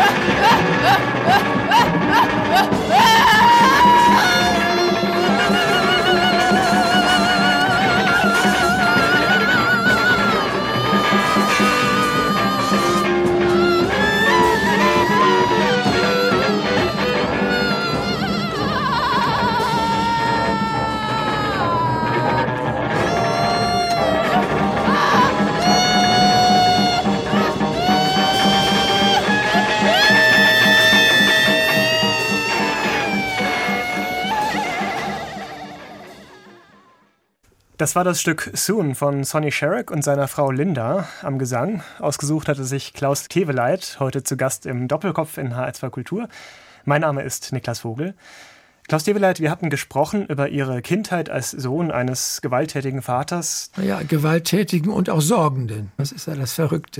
[SPEAKER 2] Das war das Stück Soon von Sonny Sharrock und seiner Frau Linda am Gesang. Ausgesucht hatte sich Klaus Teweleit, heute zu Gast im Doppelkopf in H R zwei Kultur. Mein Name ist Niklas Vogel. Klaus Teweleit, wir hatten gesprochen über Ihre Kindheit als Sohn eines gewalttätigen Vaters.
[SPEAKER 3] Ja, gewalttätigen und auch Sorgenden. Das ist ja das Verrückte.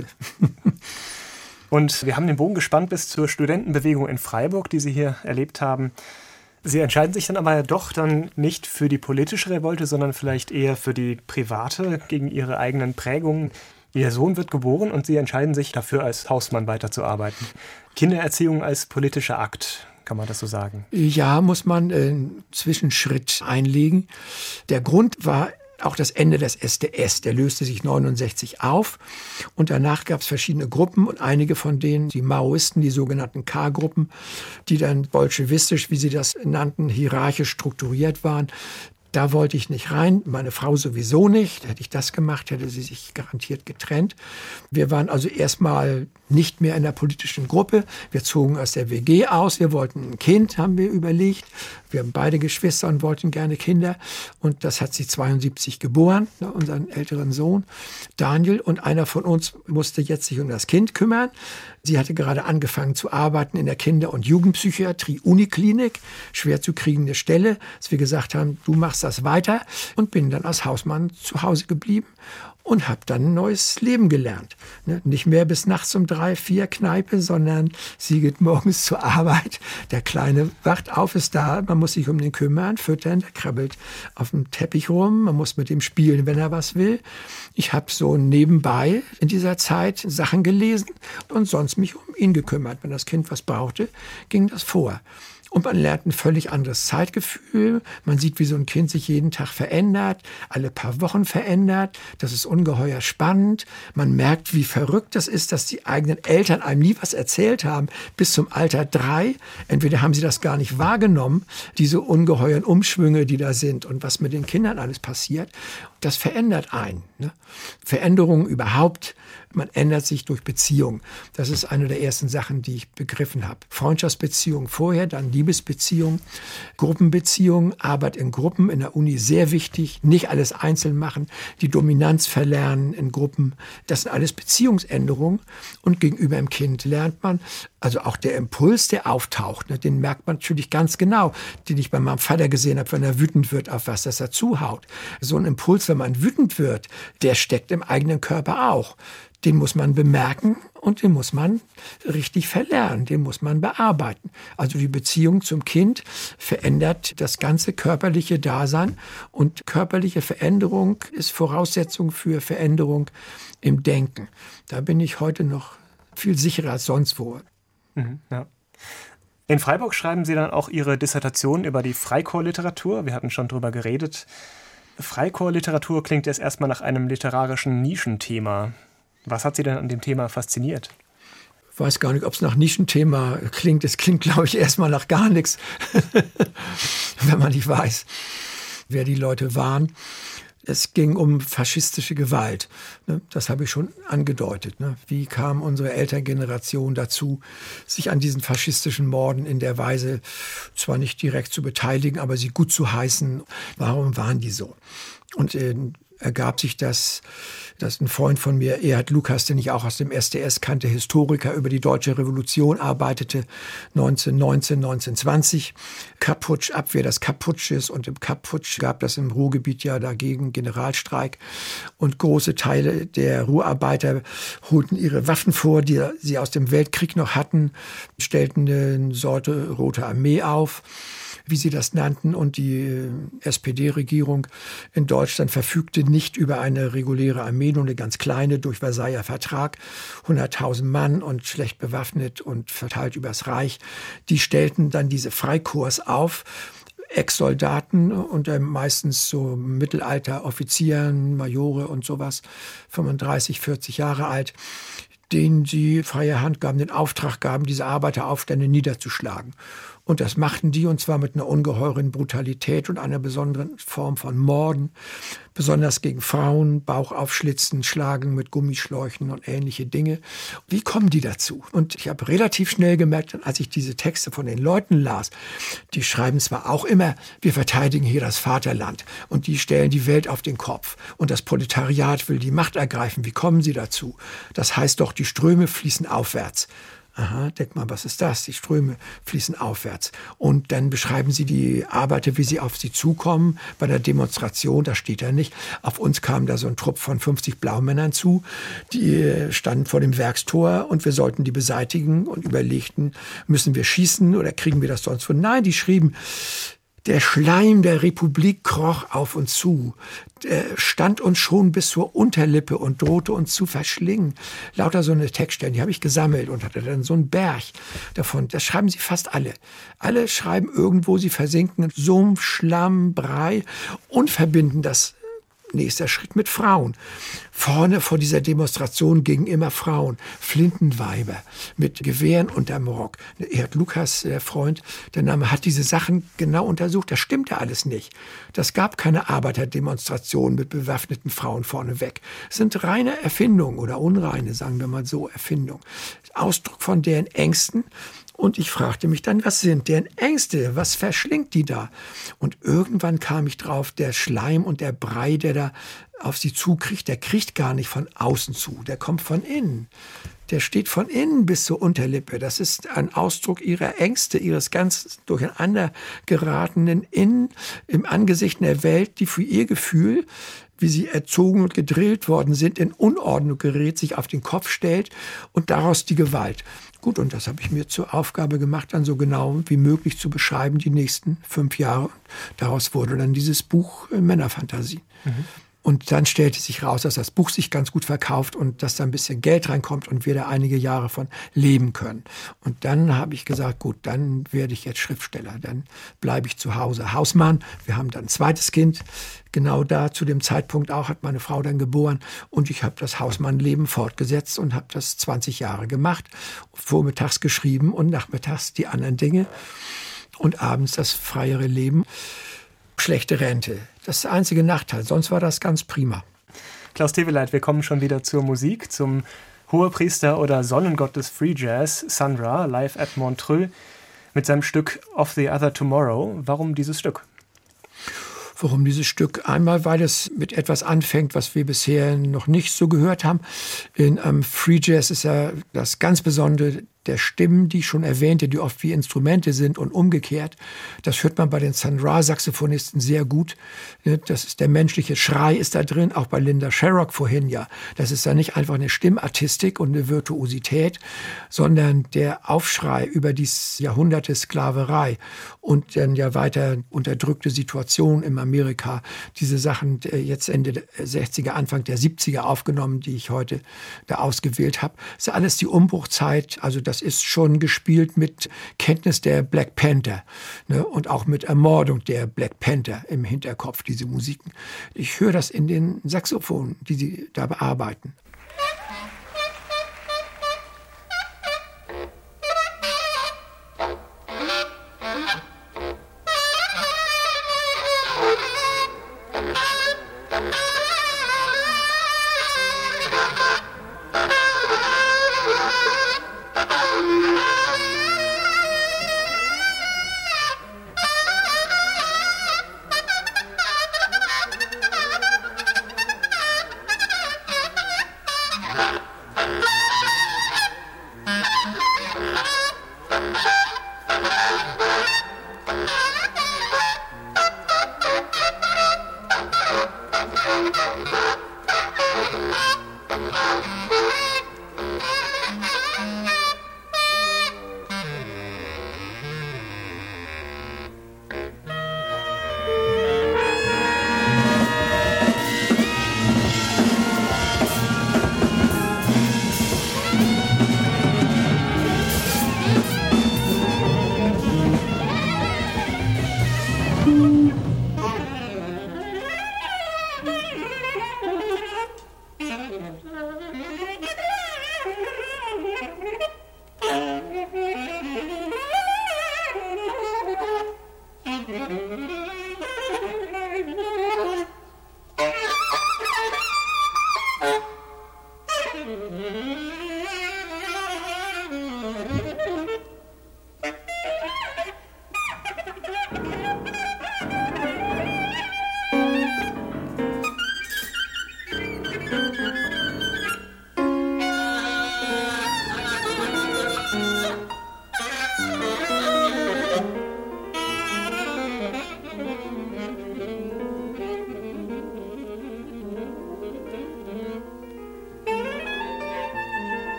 [SPEAKER 2] Und wir haben den Bogen gespannt bis zur Studentenbewegung in Freiburg, die Sie hier erlebt haben. Sie entscheiden sich dann aber ja doch dann nicht für die politische Revolte, sondern vielleicht eher für die private, gegen Ihre eigenen Prägungen. Ihr Sohn wird geboren und Sie entscheiden sich dafür, als Hausmann weiterzuarbeiten. Kindererziehung als politischer Akt, kann man das so sagen?
[SPEAKER 3] Ja, muss man einen Zwischenschritt einlegen. Der Grund war auch das Ende des S D S, der löste sich neunundsechzig auf und danach gab es verschiedene Gruppen und einige von denen, die Maoisten, die sogenannten K-Gruppen, die dann bolschewistisch, wie sie das nannten, hierarchisch strukturiert waren. Da wollte ich nicht rein, meine Frau sowieso nicht. Hätte ich das gemacht, hätte sie sich garantiert getrennt. Wir waren also erstmal nicht mehr in der politischen Gruppe. Wir zogen aus der W G aus. Wir wollten ein Kind, haben wir überlegt. Wir haben beide Geschwister und wollten gerne Kinder. Und das hat sie zweiundsiebzig geboren, unseren älteren Sohn Daniel. Und einer von uns musste jetzt sich um das Kind kümmern. Sie hatte gerade angefangen zu arbeiten in der Kinder- und Jugendpsychiatrie Uniklinik, schwer zu kriegende Stelle, dass wir gesagt haben, du machst das weiter, und bin dann als Hausmann zu Hause geblieben und habe dann ein neues Leben gelernt. Ne? Nicht mehr bis nachts um drei, vier Kneipe, sondern sie geht morgens zur Arbeit, der Kleine wacht auf, ist da, man muss sich um den kümmern, füttern, der krabbelt auf dem Teppich rum, man muss mit ihm spielen, wenn er was will. Ich habe so nebenbei in dieser Zeit Sachen gelesen und sonst mich um ihn gekümmert. Wenn das Kind was brauchte, ging das vor. Und man lernt ein völlig anderes Zeitgefühl. Man sieht, wie so ein Kind sich jeden Tag verändert, alle paar Wochen verändert. Das ist ungeheuer spannend. Man merkt, wie verrückt das ist, dass die eigenen Eltern einem nie was erzählt haben, bis zum Alter drei. Entweder haben sie das gar nicht wahrgenommen, diese ungeheuren Umschwünge, die da sind und was mit den Kindern alles passiert. Das verändert einen. Ne? Veränderungen überhaupt. Man ändert sich durch Beziehung. Das ist eine der ersten Sachen, die ich begriffen habe. Freundschaftsbeziehung vorher, dann Liebesbeziehung, Gruppenbeziehung, Arbeit in Gruppen in der Uni sehr wichtig. Nicht alles einzeln machen, die Dominanz verlernen in Gruppen. Das sind alles Beziehungsänderungen. Und gegenüber dem Kind lernt man, also auch der Impuls, der auftaucht, ne, den merkt man natürlich ganz genau, den ich bei meinem Vater gesehen habe, wenn er wütend wird auf was, das er zuhaut. So ein Impuls, wenn man wütend wird, der steckt im eigenen Körper auch. Den muss man bemerken und den muss man richtig verlernen, den muss man bearbeiten. Also die Beziehung zum Kind verändert das ganze körperliche Dasein und körperliche Veränderung ist Voraussetzung für Veränderung im Denken. Da bin ich heute noch viel sicherer als sonst wo.
[SPEAKER 2] Mhm, ja. In Freiburg schreiben Sie dann auch Ihre Dissertation über die Freikorpsliteratur. Wir hatten schon drüber geredet. Freikorpsliteratur klingt jetzt erstmal nach einem literarischen Nischenthema. Was hat Sie denn an dem Thema fasziniert?
[SPEAKER 3] Ich weiß gar nicht, ob es nach Nischenthema klingt. Es klingt, glaube ich, erstmal nach gar nichts, wenn man nicht weiß, wer die Leute waren. Es ging um faschistische Gewalt. Das habe ich schon angedeutet. Wie kam unsere Elterngeneration dazu, sich an diesen faschistischen Morden in der Weise zwar nicht direkt zu beteiligen, aber sie gut zu heißen? Warum waren die so? Und äh, ergab sich das, dass ein Freund von mir, Erhard Lukas, den ich auch aus dem S D S kannte, Historiker, über die Deutsche Revolution arbeitete, neunzehnhundertneunzehn, neunzehnhundertzwanzig, Kapp-Putsch, Abwehr des Kapp-Putsches, und im Kapp-Putsch gab das im Ruhrgebiet ja dagegen Generalstreik und große Teile der Ruhrarbeiter holten ihre Waffen vor, die sie aus dem Weltkrieg noch hatten, stellten eine Sorte Rote Armee auf. wie sie das nannten. Und die S P D-Regierung in Deutschland verfügte nicht über eine reguläre Armee, nur eine ganz kleine durch Versailler Vertrag, hunderttausend Mann und schlecht bewaffnet und verteilt übers Reich. Die stellten dann diese Freikorps auf, Ex-Soldaten unter meistens so Mittelalter-Offizieren, Majore und sowas, fünfunddreißig, vierzig Jahre alt, denen sie freie Hand gaben, den Auftrag gaben, diese Arbeiteraufstände niederzuschlagen. Und das machten die, und zwar mit einer ungeheuren Brutalität und einer besonderen Form von Morden, besonders gegen Frauen, Bauch aufschlitzen, schlagen mit Gummischläuchen und ähnliche Dinge. Wie kommen die dazu? Und ich habe relativ schnell gemerkt, als ich diese Texte von den Leuten las, die schreiben zwar auch immer, wir verteidigen hier das Vaterland und die stellen die Welt auf den Kopf und das Proletariat will die Macht ergreifen. Wie kommen sie dazu? Das heißt doch, die Ströme fließen aufwärts. Aha, denk mal, was ist das? Die Ströme fließen aufwärts. Und dann beschreiben sie die Arbeiter, wie sie auf sie zukommen. Bei der Demonstration, da steht er nicht. Auf uns kam da so ein Trupp von fünfzig Blaumännern zu. Die standen vor dem Werkstor und wir sollten die beseitigen und überlegten, müssen wir schießen oder kriegen wir das sonst von? Nein, die schrieben, der Schleim der Republik kroch auf uns zu, der stand uns schon bis zur Unterlippe und drohte uns zu verschlingen. Lauter so eine Textstellen, die habe ich gesammelt und hatte dann so einen Berg davon. Das schreiben sie fast alle. Alle schreiben irgendwo, sie versinken in Sumpf, Schlamm, Brei und verbinden das. Nächster Schritt mit Frauen. Vorne vor dieser Demonstration gingen immer Frauen, Flintenweiber mit Gewehren unterm Rock. Erd Lukas, der Freund, der Name, hat diese Sachen genau untersucht. Das stimmte alles nicht. Das gab keine Arbeiterdemonstration mit bewaffneten Frauen vorneweg. Es sind reine Erfindungen oder unreine, sagen wir mal so, Erfindungen. Ausdruck von deren Ängsten. Und ich fragte mich dann, was sind deren Ängste? Was verschlingt die da? Und irgendwann kam ich drauf, der Schleim und der Brei, der da auf sie zukriegt, der kriegt gar nicht von außen zu. Der kommt von innen. Der steht von innen bis zur Unterlippe. Das ist ein Ausdruck ihrer Ängste, ihres ganz durcheinander geratenen Innen im Angesicht der Welt, die für ihr Gefühl, wie sie erzogen und gedrillt worden sind, in Unordnung gerät, sich auf den Kopf stellt und daraus die Gewalt. Gut, und das habe ich mir zur Aufgabe gemacht, dann so genau wie möglich zu beschreiben, die nächsten fünf Jahre. Daraus wurde dann dieses Buch äh, Männerfantasie. Mhm. Und dann stellte sich raus, dass das Buch sich ganz gut verkauft und dass da ein bisschen Geld reinkommt und wir da einige Jahre von leben können. Und dann habe ich gesagt, gut, dann werde ich jetzt Schriftsteller, dann bleibe ich zu Hause Hausmann. Wir haben dann ein zweites Kind, genau da zu dem Zeitpunkt auch hat meine Frau dann geboren und ich habe das Hausmannleben fortgesetzt und habe das zwanzig Jahre gemacht, vormittags geschrieben und nachmittags die anderen Dinge und abends das freiere Leben. Schlechte Rente. Das ist der einzige Nachteil. Sonst war das ganz prima.
[SPEAKER 2] Klaus Teweleit, wir kommen schon wieder zur Musik, zum Hohepriester oder Sonnengott des Free Jazz, Sun Ra, live at Montreux, mit seinem Stück Of the Other Tomorrow. Warum dieses Stück?
[SPEAKER 3] Warum dieses Stück? Einmal, weil es mit etwas anfängt, was wir bisher noch nicht so gehört haben. In ähm, Free Jazz ist ja das ganz Besondere der Stimmen, die ich schon erwähnte, die oft wie Instrumente sind und umgekehrt. Das hört man bei den Sun Ra-Saxophonisten sehr gut. Das ist der menschliche Schrei ist da drin, auch bei Linda Sharrock vorhin ja. Das ist ja nicht einfach eine Stimmartistik und eine Virtuosität, sondern der Aufschrei über dieses Jahrhunderte Sklaverei und dann ja weiter unterdrückte Situation in Amerika. Diese Sachen jetzt Ende der sechziger, Anfang der siebziger aufgenommen, die ich heute da ausgewählt habe. Das ist alles die Umbruchzeit, also das Das ist schon gespielt mit Kenntnis der Black Panther, ne, und auch mit Ermordung der Black Panther im Hinterkopf, diese Musiken. Ich höre das in den Saxophonen, die sie da bearbeiten.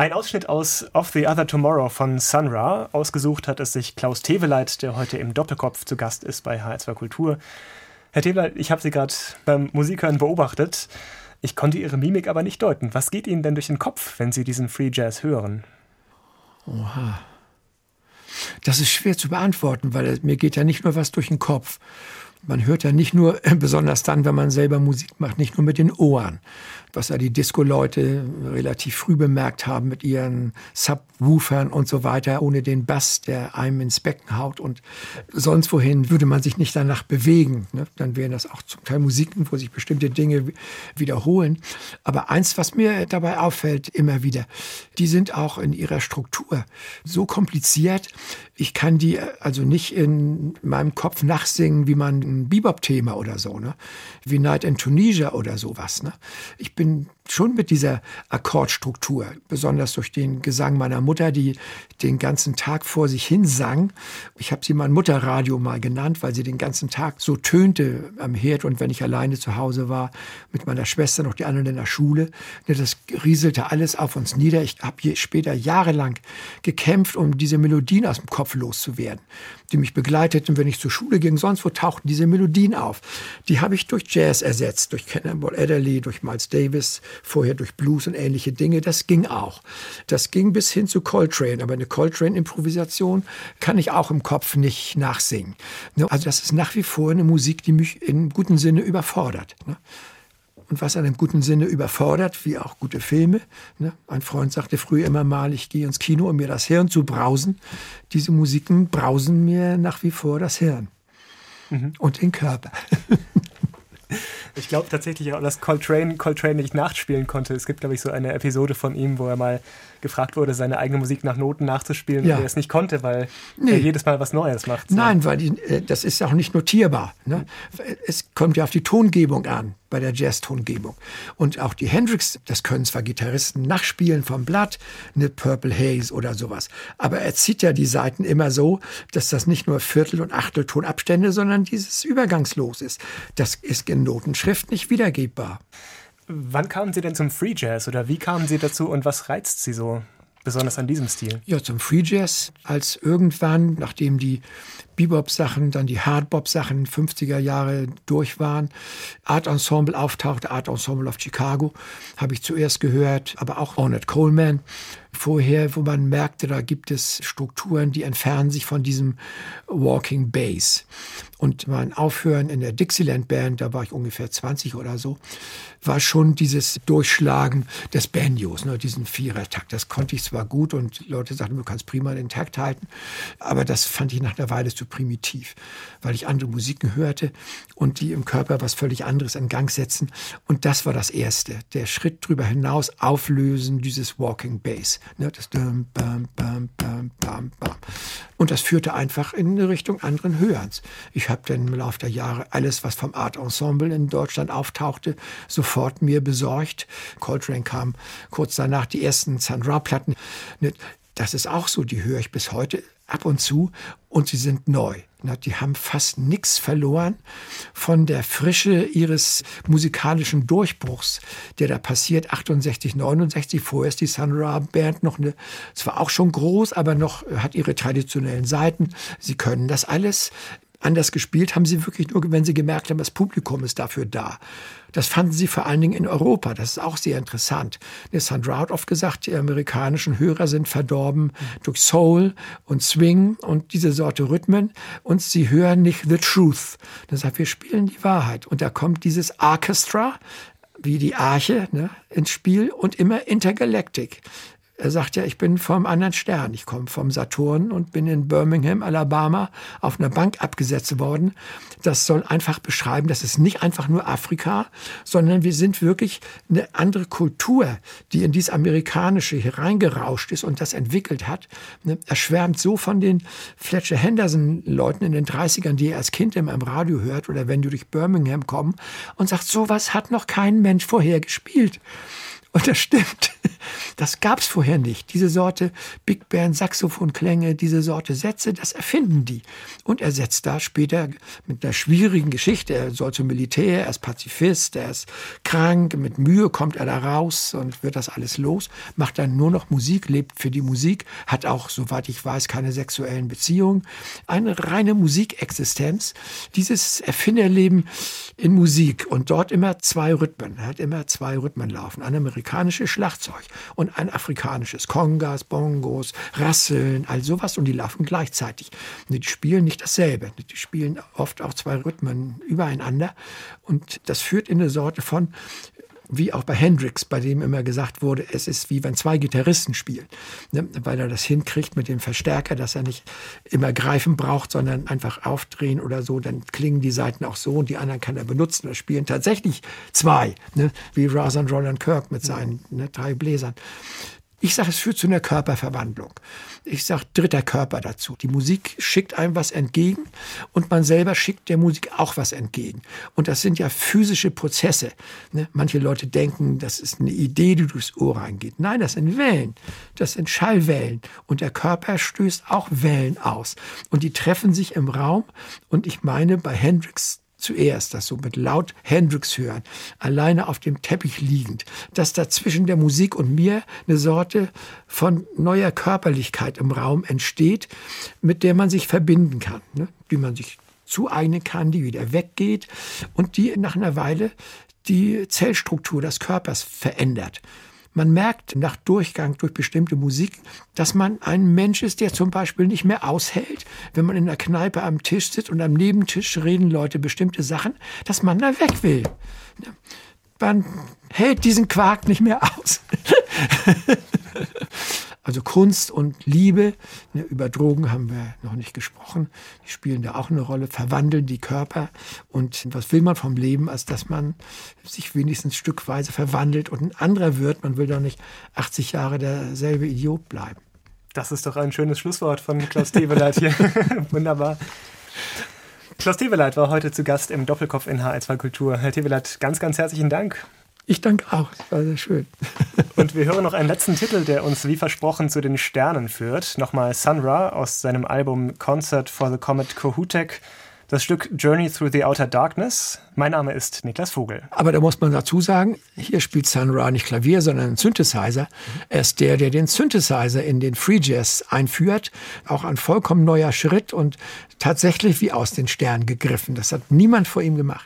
[SPEAKER 2] Ein Ausschnitt aus Of the Other Tomorrow von Sun Ra. Ausgesucht hat es sich Klaus Teweleit, der heute im Doppelkopf zu Gast ist bei H R zwei Kultur. Herr Teweleit, ich habe Sie gerade beim Musikhören beobachtet. Ich konnte Ihre Mimik aber nicht deuten. Was geht Ihnen denn durch den Kopf, wenn Sie diesen Free Jazz hören?
[SPEAKER 3] Oha. Das ist schwer zu beantworten, weil mir geht ja nicht nur was durch den Kopf. Man hört ja nicht nur, besonders dann, wenn man selber Musik macht, nicht nur mit den Ohren. Was ja die Disco-Leute relativ früh bemerkt haben mit ihren Subwoofern und so weiter, ohne den Bass, der einem ins Becken haut. Und sonst wohin würde man sich nicht danach bewegen. Ne? Dann wären das auch zum Teil Musiken, wo sich bestimmte Dinge wiederholen. Aber eins, was mir dabei auffällt, immer wieder, die sind auch in ihrer Struktur so kompliziert. Ich kann die also nicht in meinem Kopf nachsingen, wie man ein Bebop-Thema oder so, ne? Wie Night in Tunisia oder sowas. Ne? Ich bin schon mit dieser Akkordstruktur, besonders durch den Gesang meiner Mutter, die den ganzen Tag vor sich hin sang. Ich habe sie mein Mutterradio mal genannt, weil sie den ganzen Tag so tönte am Herd und wenn ich alleine zu Hause war, mit meiner Schwester, noch die anderen in der Schule. Das rieselte alles auf uns nieder. Ich habe später jahrelang gekämpft, um diese Melodien aus dem Kopf loszuwerden, die mich begleiteten, wenn ich zur Schule ging. Sonst wo tauchten diese Melodien auf. Die habe ich durch Jazz ersetzt, durch Cannonball Adderley, durch Miles Davis, vorher durch Blues und ähnliche Dinge. Das ging auch. Das ging bis hin zu Coltrane. Aber eine Coltrane-Improvisation kann ich auch im Kopf nicht nachsingen. Also das ist nach wie vor eine Musik, die mich im guten Sinne überfordert. Und was einem guten Sinne überfordert, wie auch gute Filme. Ein Freund sagte früher immer mal, ich gehe ins Kino, um mir das Hirn zu brausen. Diese Musiken brausen mir nach wie vor das Hirn. Mhm. Und den Körper.
[SPEAKER 2] Ich glaube tatsächlich auch, dass Coltrane, Coltrane nicht nachspielen konnte. Es gibt, glaube ich, so eine Episode von ihm, wo er mal gefragt wurde, seine eigene Musik nach Noten nachzuspielen, ja. Und er es nicht konnte, weil nee. er jedes Mal was Neues macht. So.
[SPEAKER 3] Nein, weil die, das ist auch nicht notierbar. Ne? Es kommt ja auf die Tongebung an, bei der Jazz-Tongebung. Und auch die Hendrix, das können zwar Gitarristen nachspielen vom Blatt, eine Purple Haze oder sowas, aber er zieht ja die Saiten immer so, dass das nicht nur Viertel- und Achteltonabstände, sondern dieses übergangslos ist. Das ist in Notenschrift nicht wiedergebbar.
[SPEAKER 2] Wann kamen Sie denn zum Free Jazz oder wie kamen Sie dazu und was reizt Sie so besonders an diesem Stil?
[SPEAKER 3] Ja, zum Free Jazz, als irgendwann, nachdem die Bebop-Sachen, dann die Hardbop-Sachen fünfziger Jahre durch waren, Art Ensemble auftauchte, Art Ensemble of Chicago, habe ich zuerst gehört, aber auch Ornette Coleman. Vorher, wo man merkte, da gibt es Strukturen, die entfernen sich von diesem Walking Bass. Und mein Aufhören in der Dixieland Band, da war ich ungefähr zwanzig oder so, war schon dieses Durchschlagen des Banjos, ne, diesen Vierertakt. Das konnte ich zwar gut und Leute sagten, du kannst prima den Takt halten, aber das fand ich nach einer Weile zu primitiv, weil ich andere Musiken hörte und die im Körper was völlig anderes in Gang setzen. Und das war das Erste. Der Schritt drüber hinaus, auflösen dieses Walking Bass. Ne, das bam, bam, bam, bam, bam, bam. Und das führte einfach in eine Richtung anderen Hörens. Ich habe dann im Laufe der Jahre alles, was vom Art Ensemble in Deutschland auftauchte, sofort mir besorgt. Coltrane kam kurz danach, die ersten Sun Ra-Platten. Das ist auch so, die höre ich bis heute ab und zu und sie sind neu. Die haben fast nichts verloren von der Frische ihres musikalischen Durchbruchs, der da passiert, achtundsechzig, neunundsechzig. Vorher ist die Sun Ra Band noch eine, zwar auch schon groß, aber noch hat ihre traditionellen Seiten. Sie können das alles. Anders gespielt haben sie wirklich nur, wenn sie gemerkt haben, das Publikum ist dafür da. Das fanden sie vor allen Dingen in Europa. Das ist auch sehr interessant. Der Sun Ra hat oft gesagt, die amerikanischen Hörer sind verdorben mhm. durch Soul und Swing und diese Sorte Rhythmen. Und sie hören nicht the truth. Er sagt, wir spielen die Wahrheit. Und da kommt dieses Orchestra, wie die Arche, ne, ins Spiel und immer Intergalactic. Er sagt ja, ich bin vom anderen Stern. Ich komme vom Saturn und bin in Birmingham, Alabama, auf einer Bank abgesetzt worden. Das soll einfach beschreiben, das ist nicht einfach nur Afrika, sondern wir sind wirklich eine andere Kultur, die in dieses Amerikanische hereingerauscht ist und das entwickelt hat. Er schwärmt so von den Fletcher Henderson-Leuten in den dreißigern, die er als Kind immer im Radio hört oder wenn du durch Birmingham kommst und sagt, sowas hat noch kein Mensch vorher gespielt. Und das stimmt. Das gab es vorher nicht. Diese Sorte Big Band, Saxophonklänge, diese Sorte Sätze, das erfinden die. Und er setzt da später mit einer schwierigen Geschichte. Er soll zum Militär, er ist Pazifist, er ist krank, mit Mühe kommt er da raus und wird das alles los, macht dann nur noch Musik, lebt für die Musik, hat auch, soweit ich weiß, keine sexuellen Beziehungen. Eine reine Musikexistenz. Dieses Erfinderleben in Musik und dort immer zwei Rhythmen. Er hat immer zwei Rhythmen laufen. Ein amerikanisches Schlagzeug und ein afrikanisches. Kongas, Bongos, Rasseln, all sowas. Und die laufen gleichzeitig. Und die spielen nicht dasselbe. Die spielen oft auch zwei Rhythmen übereinander. Und das führt in eine Sorte von, wie auch bei Hendrix, bei dem immer gesagt wurde, es ist wie wenn zwei Gitarristen spielen. Ne? Weil er das hinkriegt mit dem Verstärker, dass er nicht immer greifen braucht, sondern einfach aufdrehen oder so. Dann klingen die Saiten auch so und die anderen kann er benutzen. Da spielen tatsächlich zwei, ne? Wie Razan Roland Kirk mit seinen ne, drei Bläsern. Ich sage, es führt zu einer Körperverwandlung. Ich sage, dritter Körper dazu. Die Musik schickt einem was entgegen und man selber schickt der Musik auch was entgegen. Und das sind ja physische Prozesse. Ne? Manche Leute denken, das ist eine Idee, die durchs Ohr reingeht. Nein, das sind Wellen. Das sind Schallwellen. Und der Körper stößt auch Wellen aus. Und die treffen sich im Raum. Und ich meine, bei Hendrix zuerst, das so mit laut Hendrix hören, alleine auf dem Teppich liegend, dass da zwischen der Musik und mir eine Sorte von neuer Körperlichkeit im Raum entsteht, mit der man sich verbinden kann, ne? Die man sich zueignen kann, die wieder weggeht und die nach einer Weile die Zellstruktur des Körpers verändert. Man merkt nach Durchgang durch bestimmte Musik, dass man ein Mensch ist, der zum Beispiel nicht mehr aushält, wenn man in der Kneipe am Tisch sitzt und am Nebentisch reden Leute bestimmte Sachen, dass man da weg will. Man hält diesen Quark nicht mehr aus. Also Kunst und Liebe, ne, über Drogen haben wir noch nicht gesprochen, die spielen da auch eine Rolle, verwandeln die Körper. Und was will man vom Leben, als dass man sich wenigstens stückweise verwandelt und ein anderer wird. Man will doch nicht achtzig Jahre derselbe Idiot bleiben.
[SPEAKER 2] Das ist doch ein schönes Schlusswort von Klaus Teweleit hier. Wunderbar. Klaus Teweleit war heute zu Gast im Doppelkopf in H R zwei Kultur. Herr Teweleit, ganz, ganz herzlichen Dank.
[SPEAKER 3] Ich danke auch, das war sehr schön.
[SPEAKER 2] Und wir hören noch einen letzten Titel, der uns wie versprochen zu den Sternen führt. Nochmal Sun Ra aus seinem Album Concert for the Comet Kohoutek. Das Stück Journey Through the Outer Darkness. Mein Name ist Niklas Vogel.
[SPEAKER 3] Aber da muss man dazu sagen, hier spielt Sun Ra nicht Klavier, sondern einen Synthesizer. Er ist der, der den Synthesizer in den Free Jazz einführt. Auch ein vollkommen neuer Schritt und tatsächlich wie aus den Sternen gegriffen. Das hat niemand vor ihm gemacht.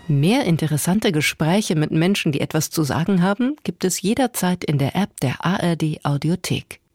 [SPEAKER 5] Mehr interessante Gespräche mit Menschen, die etwas zu sagen haben, gibt es jederzeit in der App der A R D Audiothek.